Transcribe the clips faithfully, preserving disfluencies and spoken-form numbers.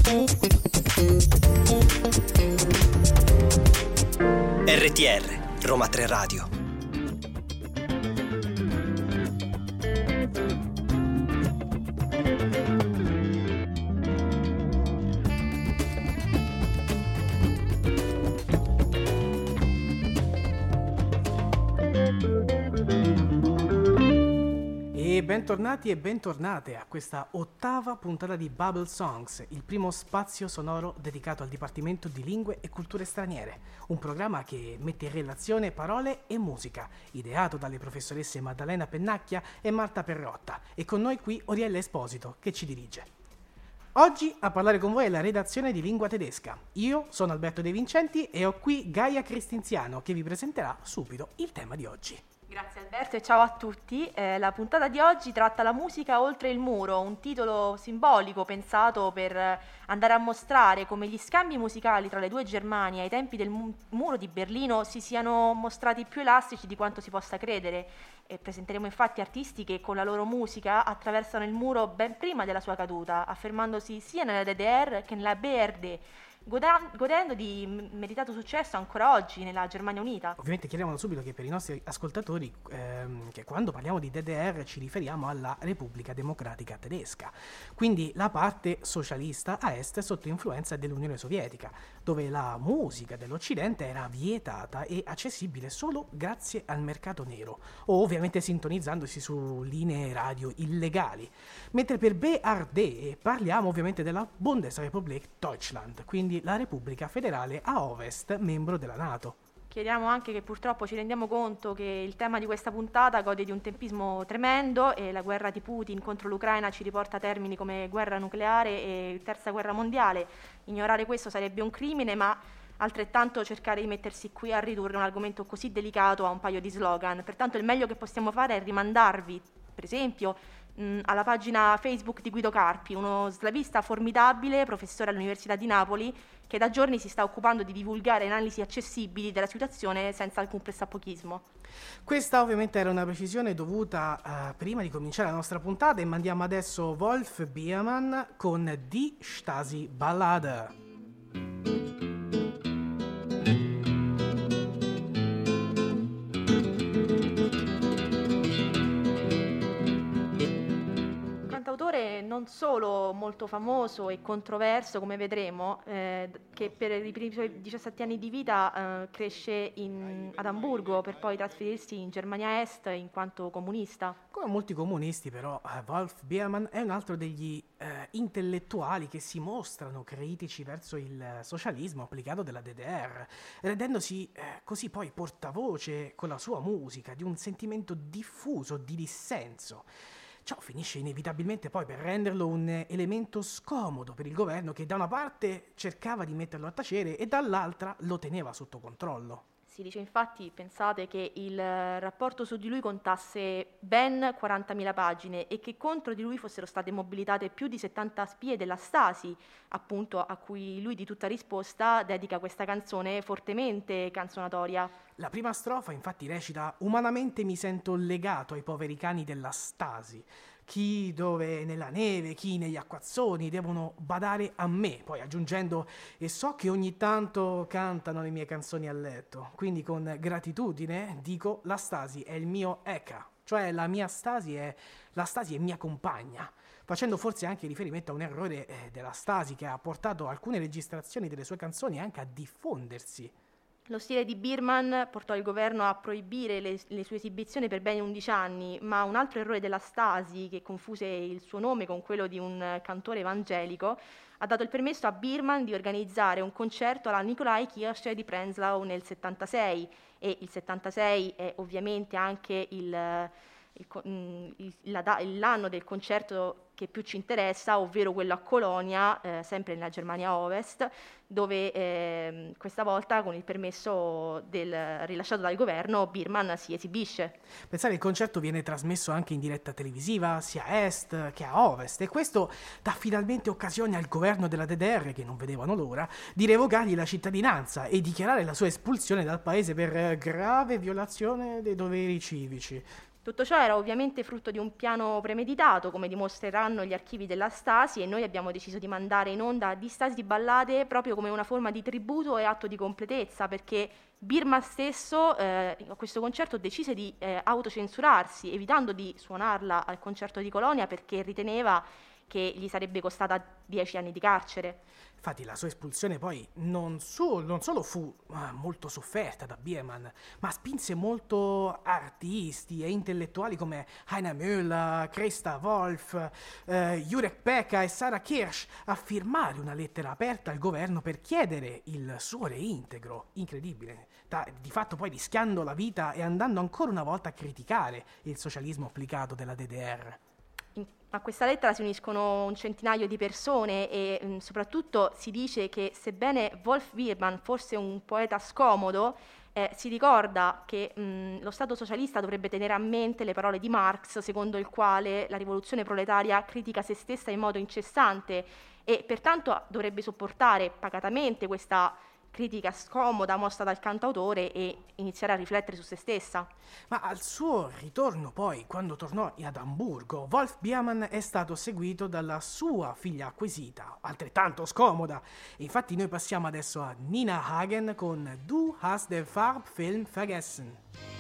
R T R, Roma tre Radio. Bentornati e bentornate a questa ottava puntata di Bubble Songs, il primo spazio sonoro dedicato al Dipartimento di Lingue e Culture Straniere, un programma che mette in relazione parole e musica, ideato dalle professoresse Maddalena Pennacchia e Marta Perrotta, e con noi qui Oriella Esposito, che ci dirige. Oggi a parlare con voi è la redazione di Lingua Tedesca. Io sono Alberto De Vincenti e ho qui Gaia Cristinziano, che vi presenterà subito il tema di oggi. Grazie Alberto e ciao a tutti. Eh, la puntata di oggi tratta la musica oltre il muro, un titolo simbolico pensato per andare a mostrare come gli scambi musicali tra le due Germanie ai tempi del mu- muro di Berlino si siano mostrati più elastici di quanto si possa credere. E presenteremo infatti artisti che con la loro musica attraversano il muro ben prima della sua caduta, affermandosi sia nella D D R che nella B R D, godendo di meritato successo ancora oggi nella Germania Unita. Ovviamente chiariamo subito che per i nostri ascoltatori ehm, che quando parliamo di D D R ci riferiamo alla Repubblica Democratica Tedesca, quindi la parte socialista a est sotto influenza dell'Unione Sovietica, dove la musica dell'Occidente era vietata e accessibile solo grazie al mercato nero, o ovviamente sintonizzandosi su linee radio illegali. Mentre per B R D parliamo ovviamente della Bundesrepublik Deutschland, quindi la Repubblica Federale a Ovest, membro della NATO. Chiediamo anche che purtroppo ci rendiamo conto che il tema di questa puntata gode di un tempismo tremendo e la guerra di Putin contro l'Ucraina ci riporta a termini come guerra nucleare e terza guerra mondiale. Ignorare questo sarebbe un crimine, ma altrettanto cercare di mettersi qui a ridurre un argomento così delicato a un paio di slogan. Pertanto il meglio che possiamo fare è rimandarvi, per esempio, alla pagina Facebook di Guido Carpi, uno slavista formidabile, professore all'Università di Napoli, che da giorni si sta occupando di divulgare analisi accessibili della situazione senza alcun pressappochismo. Questa ovviamente era una precisione dovuta uh, prima di cominciare la nostra puntata, e mandiamo adesso Wolf Biermann con Die Stasi Ballade. Non solo molto famoso e controverso, come vedremo, eh, che per i primi suoi diciassette anni di vita eh, cresce in, ad Amburgo per poi trasferirsi in Germania Est in quanto comunista. Come molti comunisti, però, eh, Wolf Biermann è un altro degli eh, intellettuali che si mostrano critici verso il socialismo applicato dalla D D R, rendendosi eh, così poi portavoce con la sua musica di un sentimento diffuso di dissenso. Ciò finisce inevitabilmente poi per renderlo un elemento scomodo per il governo, che da una parte cercava di metterlo a tacere e dall'altra lo teneva sotto controllo. Si dice infatti, pensate, che il rapporto su di lui contasse ben quarantamila pagine e che contro di lui fossero state mobilitate più di settanta spie della Stasi, appunto a cui lui di tutta risposta dedica questa canzone fortemente canzonatoria. La prima strofa infatti recita: umanamente mi sento legato ai poveri cani della Stasi. Chi dove nella neve, chi negli acquazzoni devono badare a me, poi aggiungendo: e so che ogni tanto cantano le mie canzoni a letto, quindi con gratitudine dico la Stasi è il mio Eka, cioè la mia Stasi è la Stasi è mia compagna, facendo forse anche riferimento a un errore eh, della Stasi che ha portato alcune registrazioni delle sue canzoni anche a diffondersi. Lo stile di Biermann portò il governo a proibire le, le sue esibizioni per ben undici anni, ma un altro errore della Stasi, che confuse il suo nome con quello di un cantore evangelico, ha dato il permesso a Biermann di organizzare un concerto alla Nikolai Kirche di Prenzlau nel settantasei, e il settantasei è ovviamente anche il, il, il, la, l'anno del concerto che più ci interessa, ovvero quello a Colonia, eh, sempre nella Germania Ovest, dove eh, questa volta con il permesso del, rilasciato dal governo Biermann si esibisce. Pensate, il concerto viene trasmesso anche in diretta televisiva sia a est che a ovest, e questo dà finalmente occasione al governo della D D R, che non vedevano l'ora, di revocargli la cittadinanza e dichiarare la sua espulsione dal paese per grave violazione dei doveri civici. Tutto ciò era ovviamente frutto di un piano premeditato, come dimostreranno gli archivi della Stasi, e noi abbiamo deciso di mandare in onda di Stasi di ballate proprio come una forma di tributo e atto di completezza, perché Birman stesso eh, a questo concerto decise di eh, autocensurarsi, evitando di suonarla al concerto di Colonia perché riteneva che gli sarebbe costata dieci anni di carcere. Infatti la sua espulsione poi non, so, non solo fu uh, molto sofferta da Biermann, ma spinse molto artisti e intellettuali come Heiner Müller, Christa Wolf, uh, Jurek Peka e Sarah Kirsch a firmare una lettera aperta al governo per chiedere il suo reintegro. Incredibile, da, di fatto poi rischiando la vita e andando ancora una volta a criticare il socialismo applicato della D D R. A questa lettera si uniscono un centinaio di persone e mh, soprattutto si dice che sebbene Wolf Biermann fosse un poeta scomodo, eh, si ricorda che mh, lo Stato socialista dovrebbe tenere a mente le parole di Marx, secondo il quale la rivoluzione proletaria critica se stessa in modo incessante e pertanto dovrebbe sopportare pacatamente questa critica scomoda mossa dal cantautore e iniziare a riflettere su se stessa. Ma al suo ritorno poi, quando tornò ad Amburgo, Wolf Biermann è stato seguito dalla sua figlia acquisita, altrettanto scomoda. E infatti noi passiamo adesso a Nina Hagen con Du hast den Farbfilm vergessen.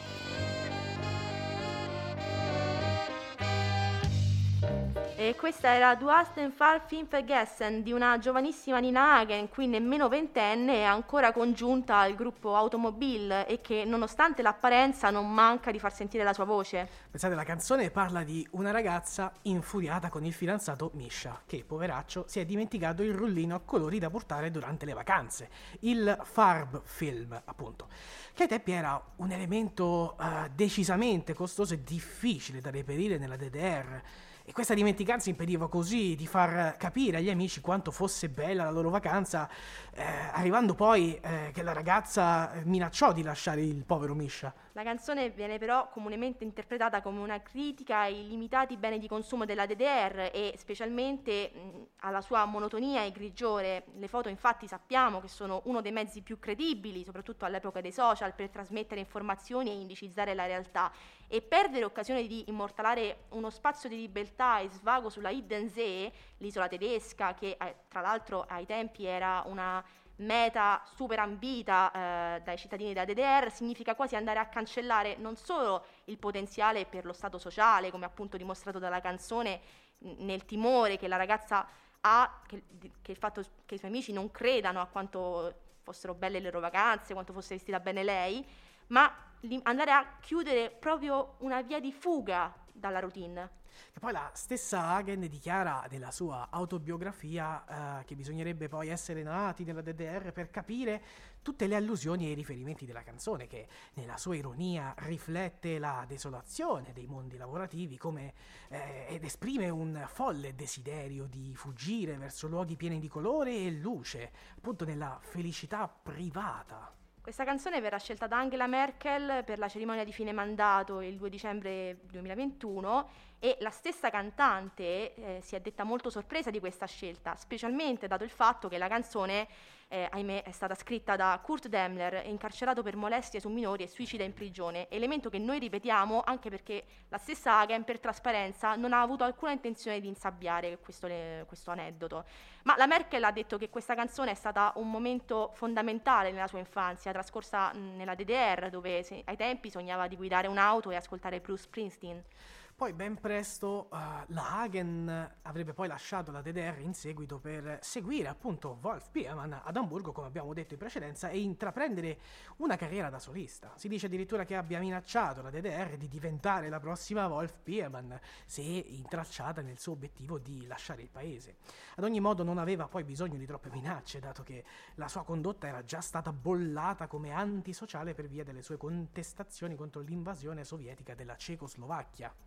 E questa era Du hast den Farbfilm vergessen di una giovanissima Nina Hagen, qui nemmeno ventenne e ancora congiunta al gruppo Automobil e che nonostante l'apparenza non manca di far sentire la sua voce. Pensate, la canzone parla di una ragazza infuriata con il fidanzato Misha, che poveraccio si è dimenticato il rullino a colori da portare durante le vacanze, il Farbfilm appunto, che ai tempi era un elemento uh, decisamente costoso e difficile da reperire nella D D R. E questa dimenticanza impediva così di far capire agli amici quanto fosse bella la loro vacanza, eh, arrivando poi eh, che la ragazza minacciò di lasciare il povero Misha. La canzone viene però comunemente interpretata come una critica ai limitati beni di consumo della D D R e specialmente mh, alla sua monotonia e grigiore. Le foto infatti sappiamo che sono uno dei mezzi più credibili, soprattutto all'epoca dei social, per trasmettere informazioni e indicizzare la realtà. E perdere occasione di immortalare uno spazio di libertà e svago sulla Hiddensee, l'isola tedesca, che eh, tra l'altro ai tempi era una meta super ambita eh, dai cittadini della D D R, significa quasi andare a cancellare non solo il potenziale per lo stato sociale, come appunto dimostrato dalla canzone, nel timore che la ragazza ha, che, che il fatto che i suoi amici non credano a quanto fossero belle le loro vacanze, quanto fosse vestita bene lei, ma andare a chiudere proprio una via di fuga dalla routine. E poi la stessa Hagen dichiara nella sua autobiografia eh, che bisognerebbe poi essere nati nella D D R per capire tutte le allusioni e i riferimenti della canzone, che nella sua ironia riflette la desolazione dei mondi lavorativi come, eh, ed esprime un folle desiderio di fuggire verso luoghi pieni di colore e luce, appunto nella felicità privata. Questa canzone verrà scelta da Angela Merkel per la cerimonia di fine mandato il due dicembre duemilaventuno e la stessa cantante eh, si è detta molto sorpresa di questa scelta, specialmente dato il fatto che la canzone, eh, ahimè, è stata scritta da Kurt Daimler, incarcerato per molestie su minori e suicida in prigione, elemento che noi ripetiamo anche perché la stessa Hagen, per trasparenza, non ha avuto alcuna intenzione di insabbiare questo, le, questo aneddoto. Ma la Merkel ha detto che questa canzone è stata un momento fondamentale nella sua infanzia, trascorsa mh, nella D D R, dove se, ai tempi sognava di guidare un'auto e ascoltare Bruce Springsteen. Poi ben presto uh, la Hagen avrebbe poi lasciato la D D R in seguito per seguire appunto Wolf Biermann ad Amburgo, come abbiamo detto in precedenza, e intraprendere una carriera da solista. Si dice addirittura che abbia minacciato la D D R di diventare la prossima Wolf Biermann se intralciata nel suo obiettivo di lasciare il paese. Ad ogni modo non aveva poi bisogno di troppe minacce, dato che la sua condotta era già stata bollata come antisociale per via delle sue contestazioni contro l'invasione sovietica della Cecoslovacchia.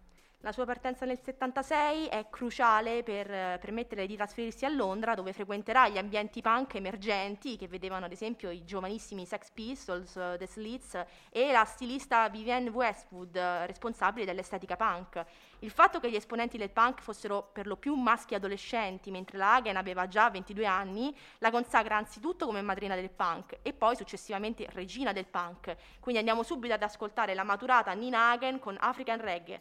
La sua partenza nel settantasei è cruciale per eh, permettere di trasferirsi a Londra, dove frequenterà gli ambienti punk emergenti che vedevano ad esempio i giovanissimi Sex Pistols, uh, The Slits e la stilista Vivienne Westwood, uh, responsabile dell'estetica punk. Il fatto che gli esponenti del punk fossero per lo più maschi adolescenti, mentre la Hagen aveva già ventidue anni, la consacra anzitutto come madrina del punk e poi successivamente regina del punk. Quindi andiamo subito ad ascoltare la maturata Nina Hagen con African Reggae.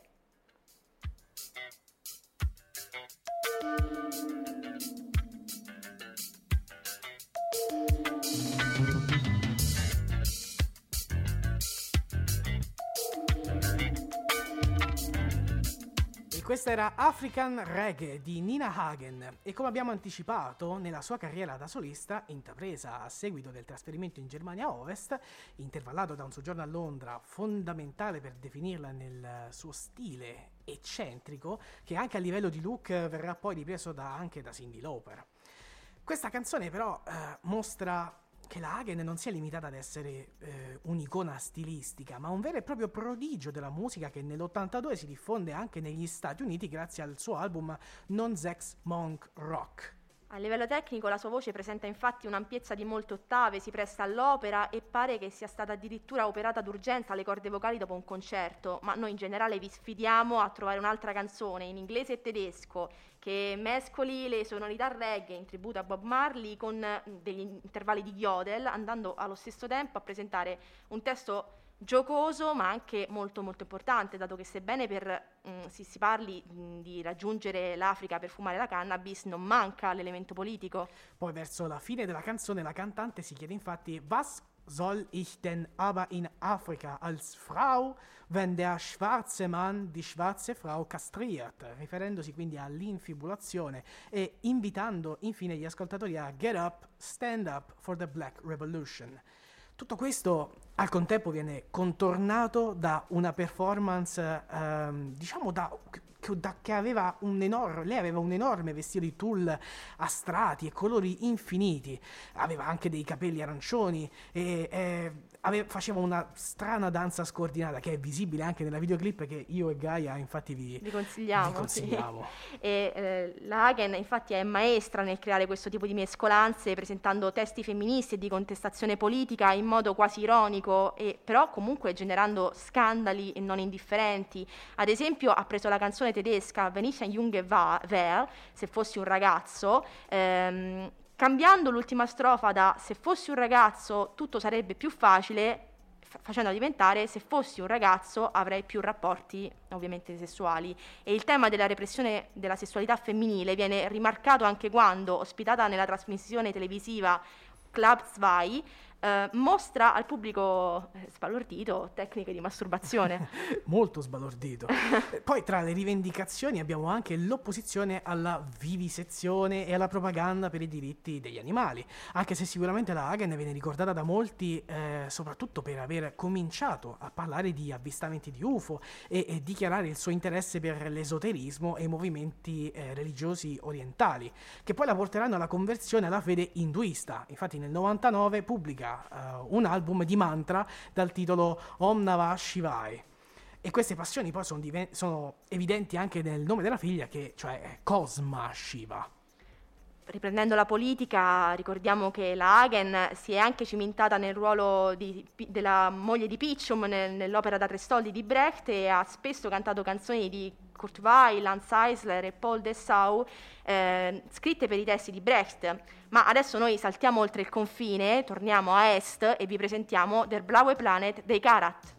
E questa era African Reggae di Nina Hagen e, come abbiamo anticipato, nella sua carriera da solista, intrapresa a seguito del trasferimento in Germania Ovest, intervallato da un soggiorno a Londra, fondamentale per definirla nel suo stile eccentrico, che anche a livello di look verrà poi ripreso da, anche da Cyndi Lauper. Questa canzone però eh, mostra che la Hagen non sia limitata ad essere eh, un'icona stilistica, ma un vero e proprio prodigio della musica che nell'ottantadue si diffonde anche negli Stati Uniti grazie al suo album Non-Sex Monk Rock. A livello tecnico la sua voce presenta infatti un'ampiezza di molte ottave, si presta all'opera e pare che sia stata addirittura operata d'urgenza alle corde vocali dopo un concerto, ma noi in generale vi sfidiamo a trovare un'altra canzone in inglese e tedesco che mescoli le sonorità reggae in tributo a Bob Marley con degli intervalli di yodel, andando allo stesso tempo a presentare un testo giocoso ma anche molto molto importante, dato che sebbene per mh, si, si parli mh, di raggiungere l'Africa per fumare la cannabis, non manca l'elemento politico. Poi verso la fine della canzone la cantante si chiede infatti "Was soll ich denn aber in Afrika als Frau, wenn der schwarze Mann die schwarze Frau kastriert", riferendosi quindi all'infibulazione e invitando infine gli ascoltatori a "Get up, stand up for the Black Revolution". Tutto questo al contempo viene contornato da una performance, ehm, diciamo, da, che, da, che aveva un enorme, lei aveva un enorme vestito di tulle a strati e colori infiniti, aveva anche dei capelli arancioni e, e aveva, faceva una strana danza scordinata che è visibile anche nella videoclip che io e Gaia infatti vi, vi consigliamo. Vi consigliamo. Sì. E, eh, la Hagen infatti è maestra nel creare questo tipo di mescolanze, presentando testi femministi e di contestazione politica in modo quasi ironico, e però comunque generando scandali e non indifferenti. Ad esempio ha preso la canzone tedesca Wenn ich ein Junge wär, se fossi un ragazzo, ehm, cambiando l'ultima strofa da "se fossi un ragazzo tutto sarebbe più facile", f- facendola diventare "se fossi un ragazzo avrei più rapporti ovviamente sessuali". E il tema della repressione della sessualità femminile viene rimarcato anche quando, ospitata nella trasmissione televisiva Club Zwei, Uh, mostra al pubblico eh, sbalordito tecniche di masturbazione. Molto sbalordito. Poi tra le rivendicazioni abbiamo anche l'opposizione alla vivisezione e alla propaganda per i diritti degli animali, anche se sicuramente la Hagen viene ricordata da molti eh, soprattutto per aver cominciato a parlare di avvistamenti di U F O e, e dichiarare il suo interesse per l'esoterismo e i movimenti eh, religiosi orientali, che poi la porteranno alla conversione alla fede induista. Infatti nel novantanove pubblica Uh, un album di mantra dal titolo Om Namah Shivaya, e queste passioni poi sono, diven- sono evidenti anche nel nome della figlia, che cioè è Cosma Shiva. Riprendendo la politica, ricordiamo che la Hagen si è anche cimentata nel ruolo di, della moglie di Pichum nel, nell'opera da tre soldi di Brecht, e ha spesso cantato canzoni di Kurt Weill, Hans Eisler e Paul Dessau, eh, scritte per i testi di Brecht. Ma adesso noi saltiamo oltre il confine, torniamo a est e vi presentiamo Der Blaue Planet dei Karat.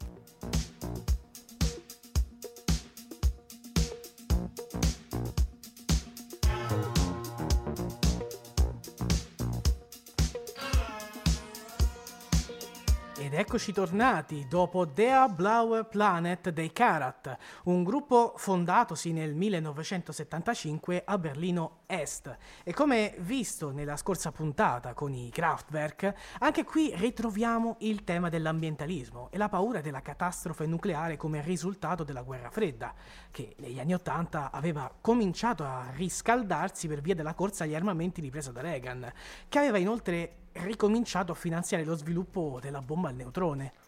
Ed eccoci tornati dopo Der Blaue Planet dei Karat, un gruppo fondatosi nel millenovecentosettantacinque a Berlino Est. E come visto nella scorsa puntata con i Kraftwerk, anche qui ritroviamo il tema dell'ambientalismo e la paura della catastrofe nucleare come risultato della guerra fredda, che negli anni Ottanta aveva cominciato a riscaldarsi per via della corsa agli armamenti ripresa da Reagan, che aveva inoltre ricominciato a finanziare lo sviluppo della bomba al neutrone.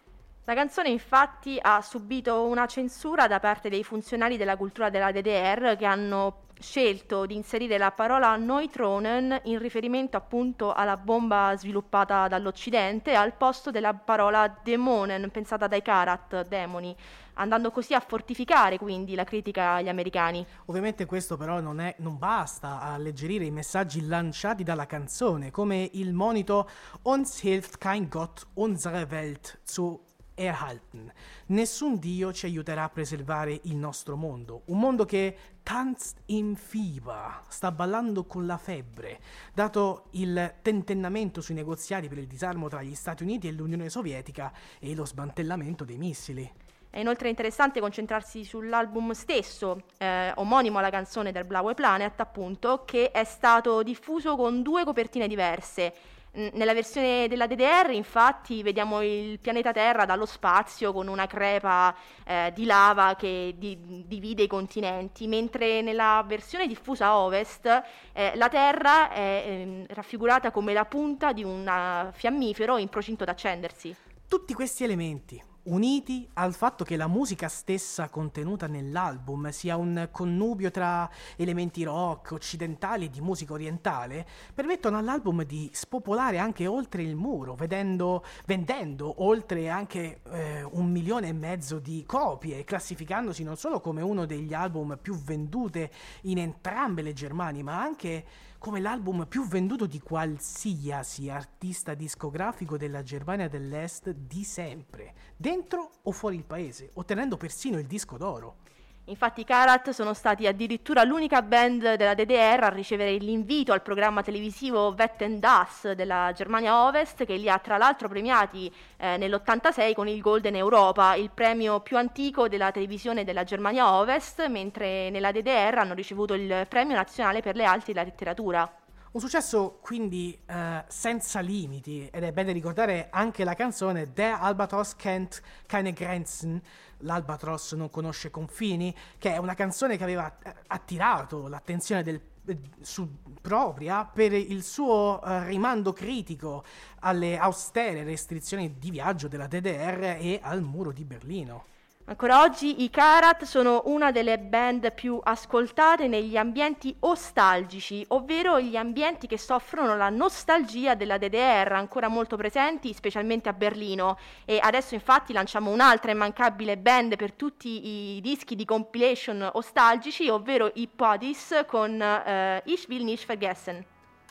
La canzone infatti ha subito una censura da parte dei funzionari della cultura della D D R che hanno scelto di inserire la parola Neutronen in riferimento appunto alla bomba sviluppata dall'Occidente al posto della parola Dämonen pensata dai Karat, demoni, andando così a fortificare quindi la critica agli americani. Ovviamente questo però non, è, non basta a alleggerire i messaggi lanciati dalla canzone, come il monito Uns hilft kein Gott unsere Welt zu erhalten. Nessun Dio ci aiuterà a preservare il nostro mondo, un mondo che tanzt im Fieber, sta ballando con la febbre, dato il tentennamento sui negoziati per il disarmo tra gli Stati Uniti e l'Unione Sovietica e lo smantellamento dei missili. È inoltre interessante concentrarsi sull'album stesso, eh, omonimo alla canzone del Blaue Planet, appunto, che è stato diffuso con due copertine diverse. Nella versione della D D R infatti vediamo il pianeta Terra dallo spazio con una crepa eh, di lava che di- divide i continenti, mentre nella versione diffusa a ovest eh, la Terra è eh, raffigurata come la punta di un fiammifero in procinto ad accendersi. Tutti questi elementi, uniti al fatto che la musica stessa contenuta nell'album sia un connubio tra elementi rock, occidentali e di musica orientale, permettono all'album di spopolare anche oltre il muro, vedendo, vendendo oltre anche eh, un milione e mezzo di copie, classificandosi non solo come uno degli album più vendute in entrambe le Germanie, ma anche come l'album più venduto di qualsiasi artista discografico della Germania dell'Est di sempre, dentro o fuori il paese, ottenendo persino il disco d'oro. Infatti i Karat sono stati addirittura l'unica band della D D R a ricevere l'invito al programma televisivo Wetten das della Germania Ovest, che li ha tra l'altro premiati eh, nell'ottantasei con il Golden Europa, il premio più antico della televisione della Germania Ovest, mentre nella D D R hanno ricevuto il premio nazionale per le arti e la letteratura. Un successo quindi eh, senza limiti, ed è bene ricordare anche la canzone Der Albatros kennt keine Grenzen, l'Albatros non conosce confini, che è una canzone che aveva attirato l'attenzione del, eh, su, propria per il suo eh, rimando critico alle austere restrizioni di viaggio della D D R e al muro di Berlino. Ancora oggi i Karat sono una delle band più ascoltate negli ambienti ostalgici, ovvero gli ambienti che soffrono la nostalgia della D D R, ancora molto presenti, specialmente a Berlino. E adesso infatti lanciamo un'altra immancabile band per tutti i dischi di compilation ostalgici, ovvero i Podis con eh, Ich will nicht vergessen.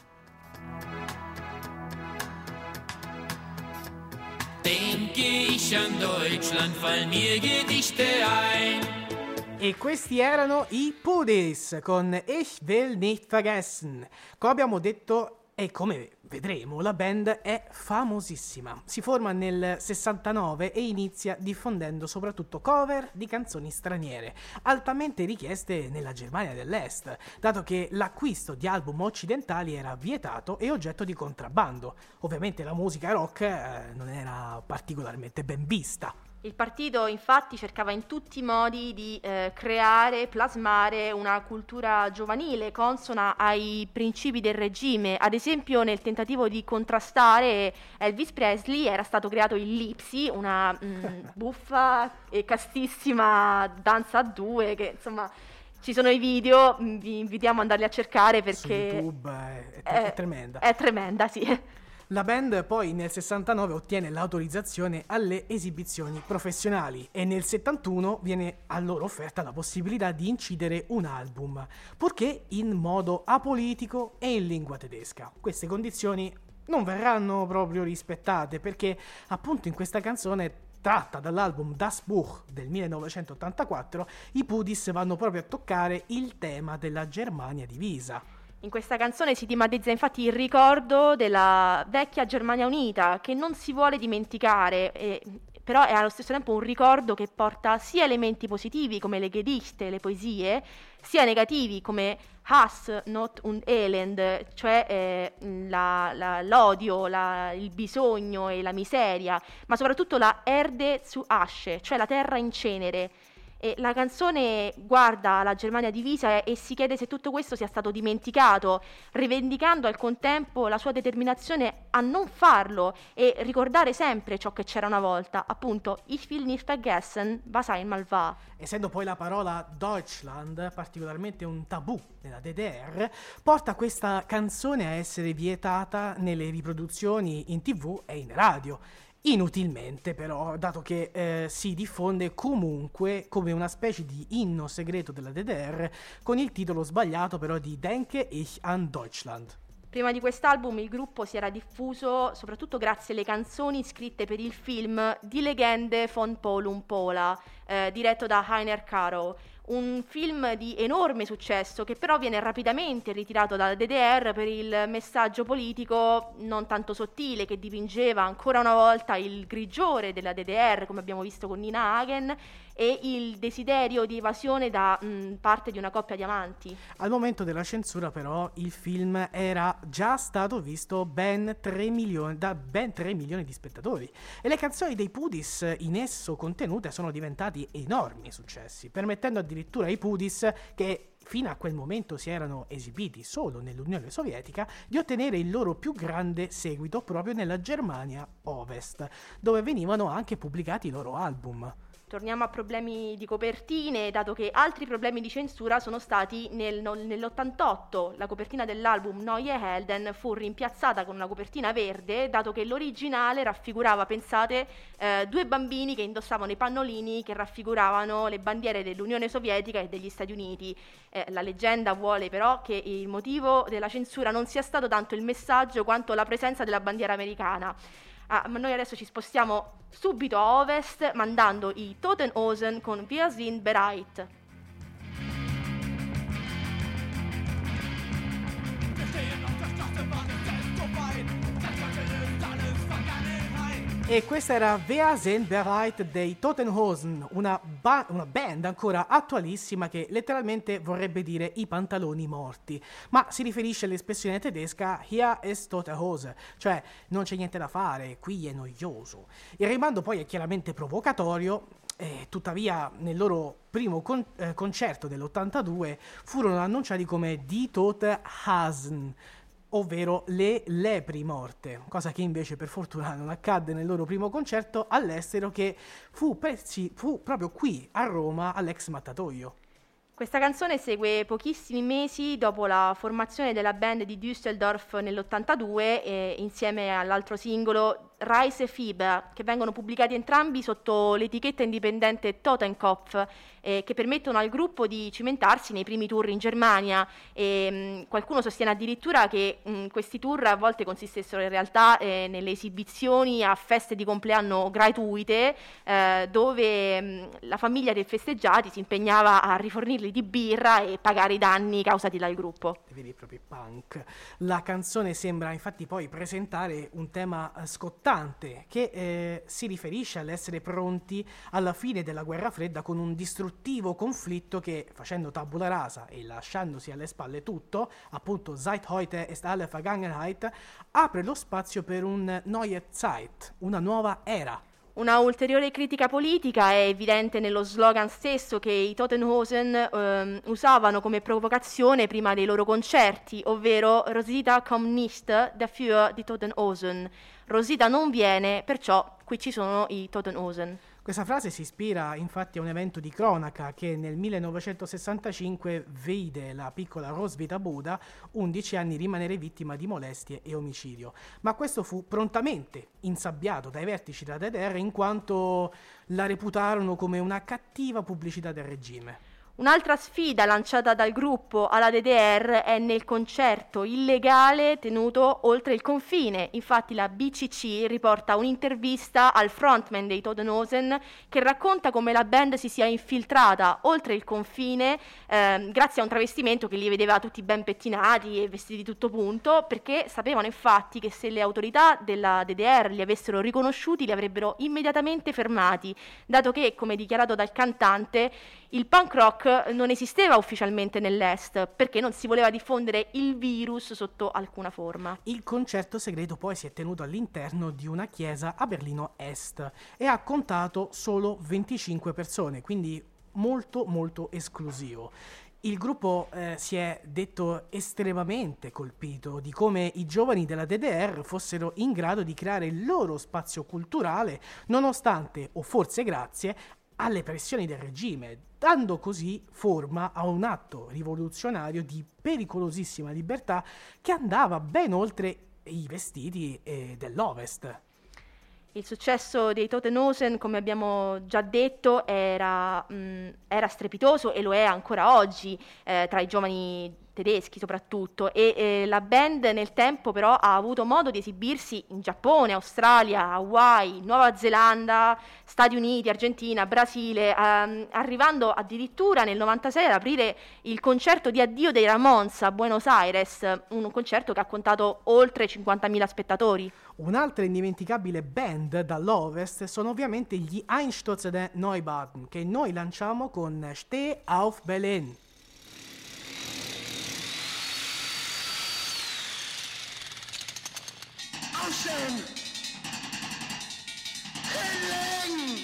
Denke ich an Deutschland, fallen mir Gedichte ein. E questi erano i Pudis con Ich will nicht vergessen. Come abbiamo detto e come vedremo, la band è famosissima. Si forma nel sessantanove e inizia diffondendo soprattutto cover di canzoni straniere, altamente richieste nella Germania dell'Est, dato che l'acquisto di album occidentali era vietato e oggetto di contrabbando. Ovviamente la musica rock eh, non era particolarmente ben vista. Il partito infatti cercava in tutti i modi di eh, creare, plasmare una cultura giovanile consona ai principi del regime. Ad esempio nel tentativo di contrastare Elvis Presley era stato creato il Lipsy, una mh, buffa e castissima danza a due che insomma... Ci sono i video, vi invitiamo ad andarli a cercare perché... Su YouTube è, è, è, è tremenda. È tremenda, sì. La band poi nel sessantanove ottiene l'autorizzazione alle esibizioni professionali e nel settantuno viene a loro offerta la possibilità di incidere un album, purché in modo apolitico e in lingua tedesca. Queste condizioni non verranno proprio rispettate perché appunto in questa canzone tratta dall'album Das Buch del millenovecentottantaquattro, i Pudis vanno proprio a toccare il tema della Germania divisa. In questa canzone si tematizza infatti il ricordo della vecchia Germania unita che non si vuole dimenticare, e, però è allo stesso tempo un ricordo che porta sia elementi positivi come le Gedichte, le poesie, sia negativi come Hass, Not und Elend, cioè eh, la, la, l'odio, la, il bisogno e la miseria, ma soprattutto la Erde zu Asche, cioè la terra in cenere. E la canzone guarda la Germania divisa e si chiede se tutto questo sia stato dimenticato, rivendicando al contempo la sua determinazione a non farlo e ricordare sempre ciò che c'era una volta, appunto Ich will nicht vergessen, was einmal war. Essendo poi la parola Deutschland particolarmente un tabù nella D D R, porta questa canzone a essere vietata nelle riproduzioni in tivù e in radio. Inutilmente però, dato che eh, si diffonde comunque come una specie di inno segreto della D D R con il titolo sbagliato però di Denke ich an Deutschland. Prima di quest'album il gruppo si era diffuso soprattutto grazie alle canzoni scritte per il film Die Legende von Polum Pola, eh, diretto da Heiner Caro. Un film di enorme successo che però viene rapidamente ritirato dalla D D R per il messaggio politico non tanto sottile che dipingeva ancora una volta il grigiore della D D R, come abbiamo visto con Nina Hagen, e il desiderio di evasione da mh, parte di una coppia di amanti. Al momento della censura però il film era già stato visto ben tre milioni, da ben tre milioni di spettatori e le canzoni dei Pudis in esso contenute sono diventati enormi successi, permettendo addirittura ai Pudis, che fino a quel momento si erano esibiti solo nell'Unione Sovietica, di ottenere il loro più grande seguito proprio nella Germania Ovest, dove venivano anche pubblicati i loro album. Torniamo a problemi di copertine, dato che altri problemi di censura sono stati nel, nell'ottantotto. La copertina dell'album Neue Helden fu rimpiazzata con una copertina verde, dato che l'originale raffigurava, pensate, eh, due bambini che indossavano i pannolini che raffiguravano le bandiere dell'Unione Sovietica e degli Stati Uniti. Eh, la leggenda vuole però che il motivo della censura non sia stato tanto il messaggio quanto la presenza della bandiera americana. Ah, ma noi adesso ci spostiamo subito a ovest mandando i Toten Hosen con Wir sind bereit. E questa era Wir sind bereit dei Toten Hosen, una, ba- una band ancora attualissima che letteralmente vorrebbe dire i pantaloni morti, ma si riferisce all'espressione tedesca Hier ist tote Hose, cioè non c'è niente da fare, qui è noioso. Il rimando poi è chiaramente provocatorio. Eh, tuttavia nel loro primo con- eh, concerto dell'ottantadue furono annunciati come Die Tote Hasen, ovvero le lepri morte, cosa che invece per fortuna non accadde nel loro primo concerto all'estero, che fu, prezzi, fu proprio qui a Roma all'ex Mattatoio. Questa canzone segue pochissimi mesi dopo la formazione della band di Düsseldorf nell'ottantadue e insieme all'altro singolo Reisefieber, che vengono pubblicati entrambi sotto l'etichetta indipendente Totenkopf, eh, che permettono al gruppo di cimentarsi nei primi tour in Germania. E, mh, qualcuno sostiene addirittura che mh, questi tour a volte consistessero in realtà eh, nelle esibizioni a feste di compleanno gratuite, eh, dove mh, la famiglia dei festeggiati si impegnava a rifornirli di birra e pagare i danni causati dal gruppo. Veri e propri punk. La canzone sembra infatti poi presentare un tema scottante che eh, si riferisce all'essere pronti alla fine della guerra fredda con un distruttivo conflitto che, facendo tabula rasa e lasciandosi alle spalle tutto, appunto Seit heute ist alle Vergangenheit, apre lo spazio per un Neue Zeit, una nuova era. Una ulteriore critica politica è evidente nello slogan stesso che i Toten Hosen ehm, usavano come provocazione prima dei loro concerti, ovvero Rosita kommt nicht, dafür die Toten Hosen. Rosita non viene, perciò qui ci sono i Toten Hosen. Questa frase si ispira infatti a un evento di cronaca che nel millenovecentosessantacinque vide la piccola Roswitha Buda undici anni rimanere vittima di molestie e omicidio, ma questo fu prontamente insabbiato dai vertici della D D R in quanto la reputarono come una cattiva pubblicità del regime. Un'altra sfida lanciata dal gruppo alla D D R è nel concerto illegale tenuto oltre il confine. Infatti la B C C riporta un'intervista al frontman dei Toten Hosen che racconta come la band si sia infiltrata oltre il confine eh, grazie a un travestimento che li vedeva tutti ben pettinati e vestiti di tutto punto, perché sapevano infatti che se le autorità della D D R li avessero riconosciuti li avrebbero immediatamente fermati, dato che, come dichiarato dal cantante, il punk rock non esisteva ufficialmente nell'Est perché non si voleva diffondere il virus sotto alcuna forma. Il concerto segreto poi si è tenuto all'interno di una chiesa a Berlino Est e ha contato solo venticinque persone, quindi molto molto esclusivo. Il gruppo eh, si è detto estremamente colpito di come i giovani della D D R fossero in grado di creare il loro spazio culturale nonostante, o forse grazie, alle pressioni del regime, dando così forma a un atto rivoluzionario di pericolosissima libertà che andava ben oltre i vestiti eh, dell'Ovest. Il successo dei Toten Hosen, come abbiamo già detto, era, mh, era strepitoso e lo è ancora oggi eh, tra i giovani tedeschi soprattutto, e eh, la band nel tempo però ha avuto modo di esibirsi in Giappone, Australia, Hawaii, Nuova Zelanda, Stati Uniti, Argentina, Brasile, ehm, arrivando addirittura nel novantasei ad aprire il concerto di addio dei Ramones a Buenos Aires, un concerto che ha contato oltre cinquantamila spettatori. Un'altra indimenticabile band dall'Ovest sono ovviamente gli Einstürzende Neubauten, che noi lanciamo con Steh auf Berlin. Außen! Berlin!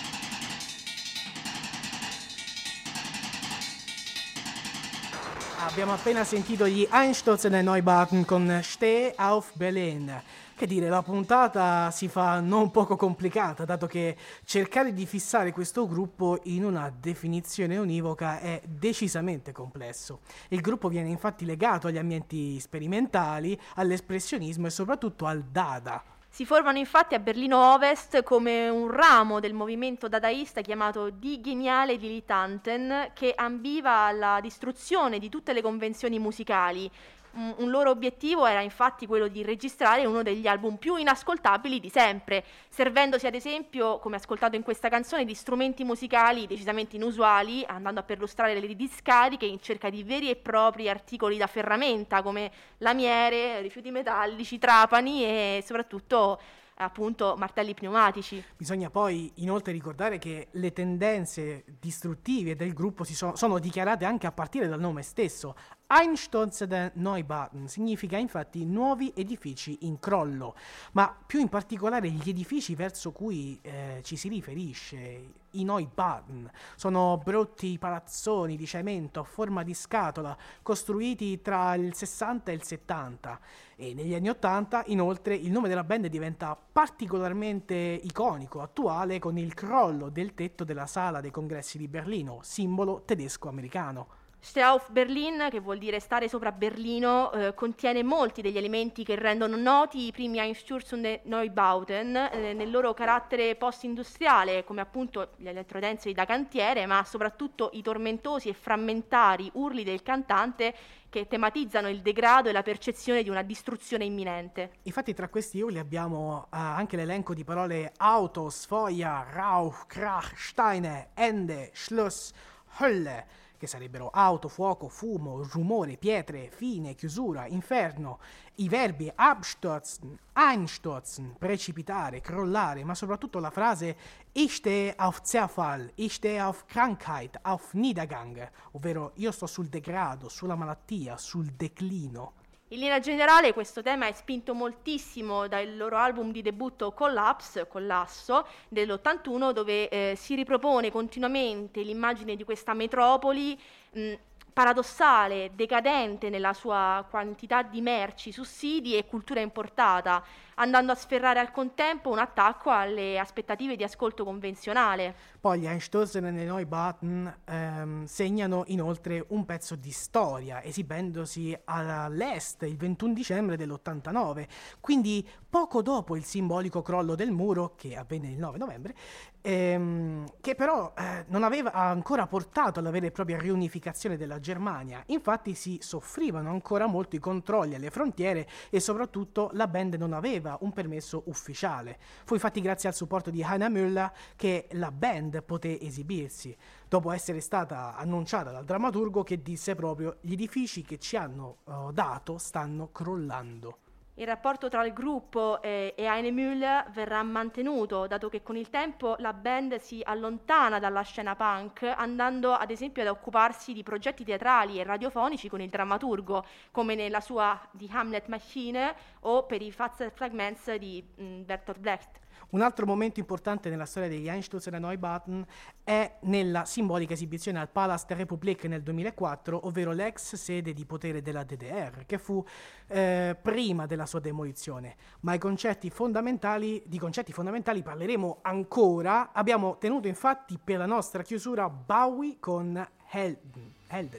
Abbiamo appena sentito gli Einstürzende Neubauten con Steh auf Berlin. Che dire, la puntata si fa non poco complicata, dato che cercare di fissare questo gruppo in una definizione univoca è decisamente complesso. Il gruppo viene infatti legato agli ambienti sperimentali, all'espressionismo e soprattutto al Dada. Si formano infatti a Berlino Ovest come un ramo del movimento dadaista chiamato Die Geniale Dilettanten, che ambiva alla distruzione di tutte le convenzioni musicali. Un loro obiettivo era infatti quello di registrare uno degli album più inascoltabili di sempre, servendosi ad esempio, come ascoltato in questa canzone, di strumenti musicali decisamente inusuali, andando a perlustrare le discariche in cerca di veri e propri articoli da ferramenta come lamiere, rifiuti metallici, trapani e soprattutto appunto martelli pneumatici. Bisogna poi inoltre ricordare che le tendenze distruttive del gruppo si sono, sono dichiarate anche a partire dal nome stesso. Einstürzende Neubauten significa infatti nuovi edifici in crollo, ma più in particolare gli edifici verso cui eh, ci si riferisce, i Neubauten, sono brutti palazzoni di cemento a forma di scatola costruiti tra il sessanta e il settanta, e negli anni ottanta inoltre il nome della band diventa particolarmente iconico, attuale, con il crollo del tetto della sala dei congressi di Berlino, simbolo tedesco-americano. Steh auf Berlin, che vuol dire stare sopra Berlino, eh, contiene molti degli elementi che rendono noti i primi Einstürzende Neubauten eh, nel loro carattere post-industriale, come appunto gli elettrotensori da cantiere, ma soprattutto i tormentosi e frammentari urli del cantante che tematizzano il degrado e la percezione di una distruzione imminente. Infatti tra questi urli abbiamo uh, anche l'elenco di parole Autos, Feuer, Rauch, Krach, Steine, Ende, Schluss, Hölle, che sarebbero auto, fuoco, fumo, rumore, pietre, fine, chiusura, inferno. I verbi abstürzen, einstürzen, precipitare, crollare, ma soprattutto la frase ich stehe auf Zerfall, ich stehe auf Krankheit, auf Niedergang, ovvero io sto sul degrado, sulla malattia, sul declino. In linea generale questo tema è spinto moltissimo dal loro album di debutto Collapse, Collasso, dell'ottantuno, dove eh, si ripropone continuamente l'immagine di questa metropoli mh, paradossale, decadente nella sua quantità di merci, sussidi e cultura importata, andando a sferrare al contempo un attacco alle aspettative di ascolto convenzionale. Poi gli Einstürzende Neubauten ehm, segnano inoltre un pezzo di storia, esibendosi all'Est il ventuno dicembre dell'ottantanove, quindi poco dopo il simbolico crollo del muro, che avvenne il nove novembre, ehm, che però eh, non aveva ancora portato alla vera e propria riunificazione della Germania. Infatti si soffrivano ancora molto i controlli alle frontiere e soprattutto la band non aveva un permesso ufficiale. Fu infatti grazie al supporto di Heiner Müller che la band poté esibirsi, dopo essere stata annunciata dal drammaturgo che disse proprio: gli edifici che ci hanno uh, dato stanno crollando. Il rapporto tra il gruppo e, e Heiner Müller verrà mantenuto, dato che con il tempo la band si allontana dalla scena punk, andando ad esempio ad occuparsi di progetti teatrali e radiofonici con il drammaturgo, come nella sua Die Hamlet Machine o per i Fazzer Fragments di mh, Bertolt Brecht. Un altro momento importante nella storia degli Einstürzen e Neubauten è nella simbolica esibizione al Palast der Republik nel duemilaquattro, ovvero l'ex sede di potere della D D R, che fu eh, prima della sua demolizione. Ma i concetti fondamentali, di concetti fondamentali parleremo ancora. Abbiamo tenuto infatti per la nostra chiusura Bowie con Helden. Helden.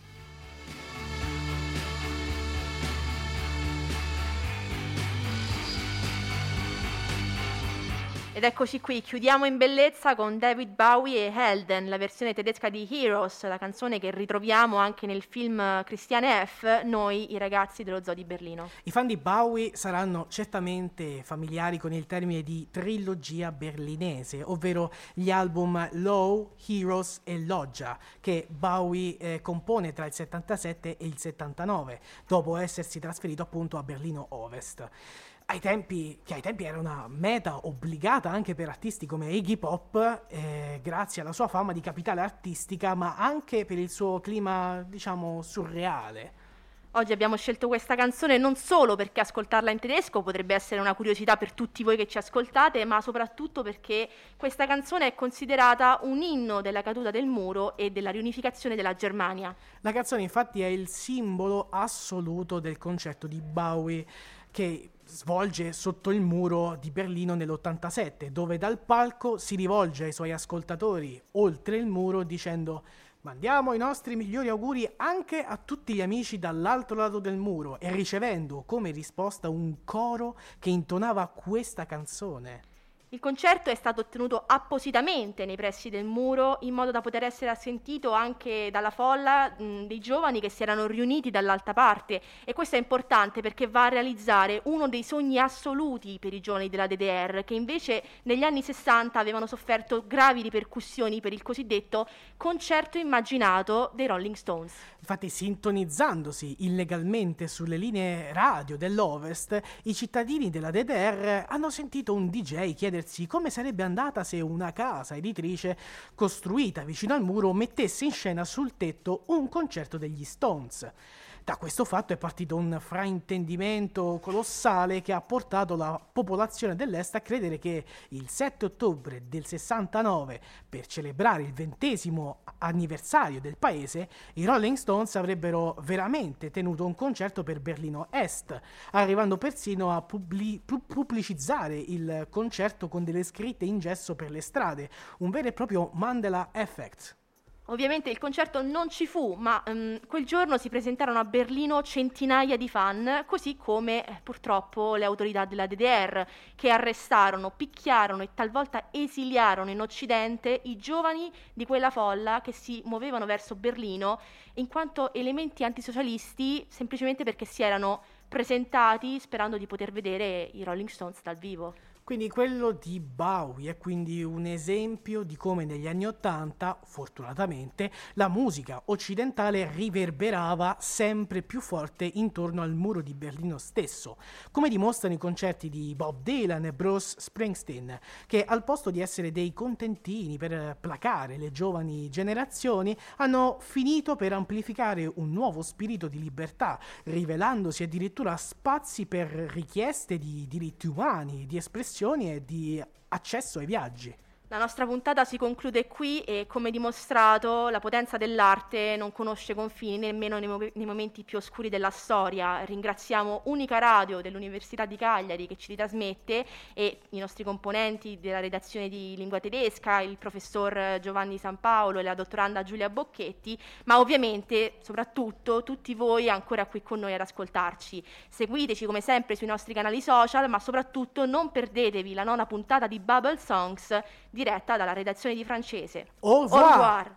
Ed eccoci qui, chiudiamo in bellezza con David Bowie e Helden, la versione tedesca di Heroes, la canzone che ritroviamo anche nel film Christiane F., Noi i ragazzi dello Zoo di Berlino. I fan di Bowie saranno certamente familiari con il termine di trilogia berlinese, ovvero gli album Low, Heroes e Loggia, che Bowie eh, compone tra il settantasette e il settantanove, dopo essersi trasferito appunto a Berlino Ovest. Ai tempi, che ai tempi era una meta obbligata anche per artisti come Iggy Pop, eh, grazie alla sua fama di capitale artistica, ma anche per il suo clima, diciamo, surreale. Oggi abbiamo scelto questa canzone non solo perché ascoltarla in tedesco potrebbe essere una curiosità per tutti voi che ci ascoltate, ma soprattutto perché questa canzone è considerata un inno della caduta del muro e della riunificazione della Germania. La canzone infatti è il simbolo assoluto del concerto di Bowie, che svolge sotto il muro di Berlino nell'ottantasette, dove dal palco si rivolge ai suoi ascoltatori oltre il muro dicendo: mandiamo i nostri migliori auguri anche a tutti gli amici dall'altro lato del muro, e ricevendo come risposta un coro che intonava questa canzone. Il concerto è stato ottenuto appositamente nei pressi del muro in modo da poter essere assentito anche dalla folla mh, dei giovani che si erano riuniti dall'altra parte, e questo è importante perché va a realizzare uno dei sogni assoluti per i giovani della D D R, che invece negli anni sessanta avevano sofferto gravi ripercussioni per il cosiddetto concerto immaginato dei Rolling Stones. Infatti, sintonizzandosi illegalmente sulle linee radio dell'Ovest, i cittadini della D D R hanno sentito un D J chiedersi come sarebbe andata se una casa editrice costruita vicino al muro mettesse in scena sul tetto un concerto degli Stones. Da questo fatto è partito un fraintendimento colossale che ha portato la popolazione dell'Est a credere che il sette ottobre del sessantanove, per celebrare il ventesimo anniversario del paese, i Rolling Stones avrebbero veramente tenuto un concerto per Berlino Est, arrivando persino a pubblic- pubblicizzare il concerto con delle scritte in gesso per le strade, un vero e proprio Mandela Effect. Ovviamente il concerto non ci fu, ma um, quel giorno si presentarono a Berlino centinaia di fan, così come eh, purtroppo le autorità della D D R, che arrestarono, picchiarono e talvolta esiliarono in Occidente i giovani di quella folla che si muovevano verso Berlino in quanto elementi antisocialisti, semplicemente perché si erano presentati sperando di poter vedere i Rolling Stones dal vivo. Quindi quello di Bowie è quindi un esempio di come negli anni Ottanta, fortunatamente, la musica occidentale riverberava sempre più forte intorno al muro di Berlino stesso, come dimostrano i concerti di Bob Dylan e Bruce Springsteen, che al posto di essere dei contentini per placare le giovani generazioni, hanno finito per amplificare un nuovo spirito di libertà, rivelandosi addirittura spazi per richieste di diritti umani, di espressione e di accesso ai viaggi. La nostra puntata si conclude qui e, come dimostrato, la potenza dell'arte non conosce confini nemmeno nei, mo- nei momenti più oscuri della storia. Ringraziamo Unica Radio dell'Università di Cagliari che ci ritrasmette, e i nostri componenti della redazione di lingua tedesca, il professor Giovanni San Paolo e la dottoranda Giulia Bocchetti, ma ovviamente, soprattutto, tutti voi ancora qui con noi ad ascoltarci. Seguiteci come sempre sui nostri canali social, ma soprattutto non perdetevi la nona puntata di Bubble Songs, diretta dalla redazione di Francese. Au revoir! Au revoir.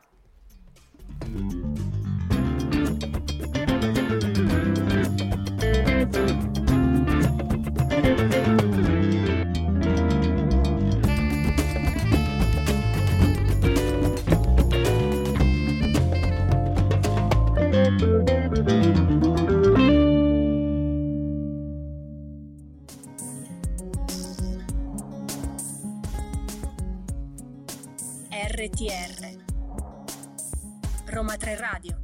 R T R Roma tre Radio.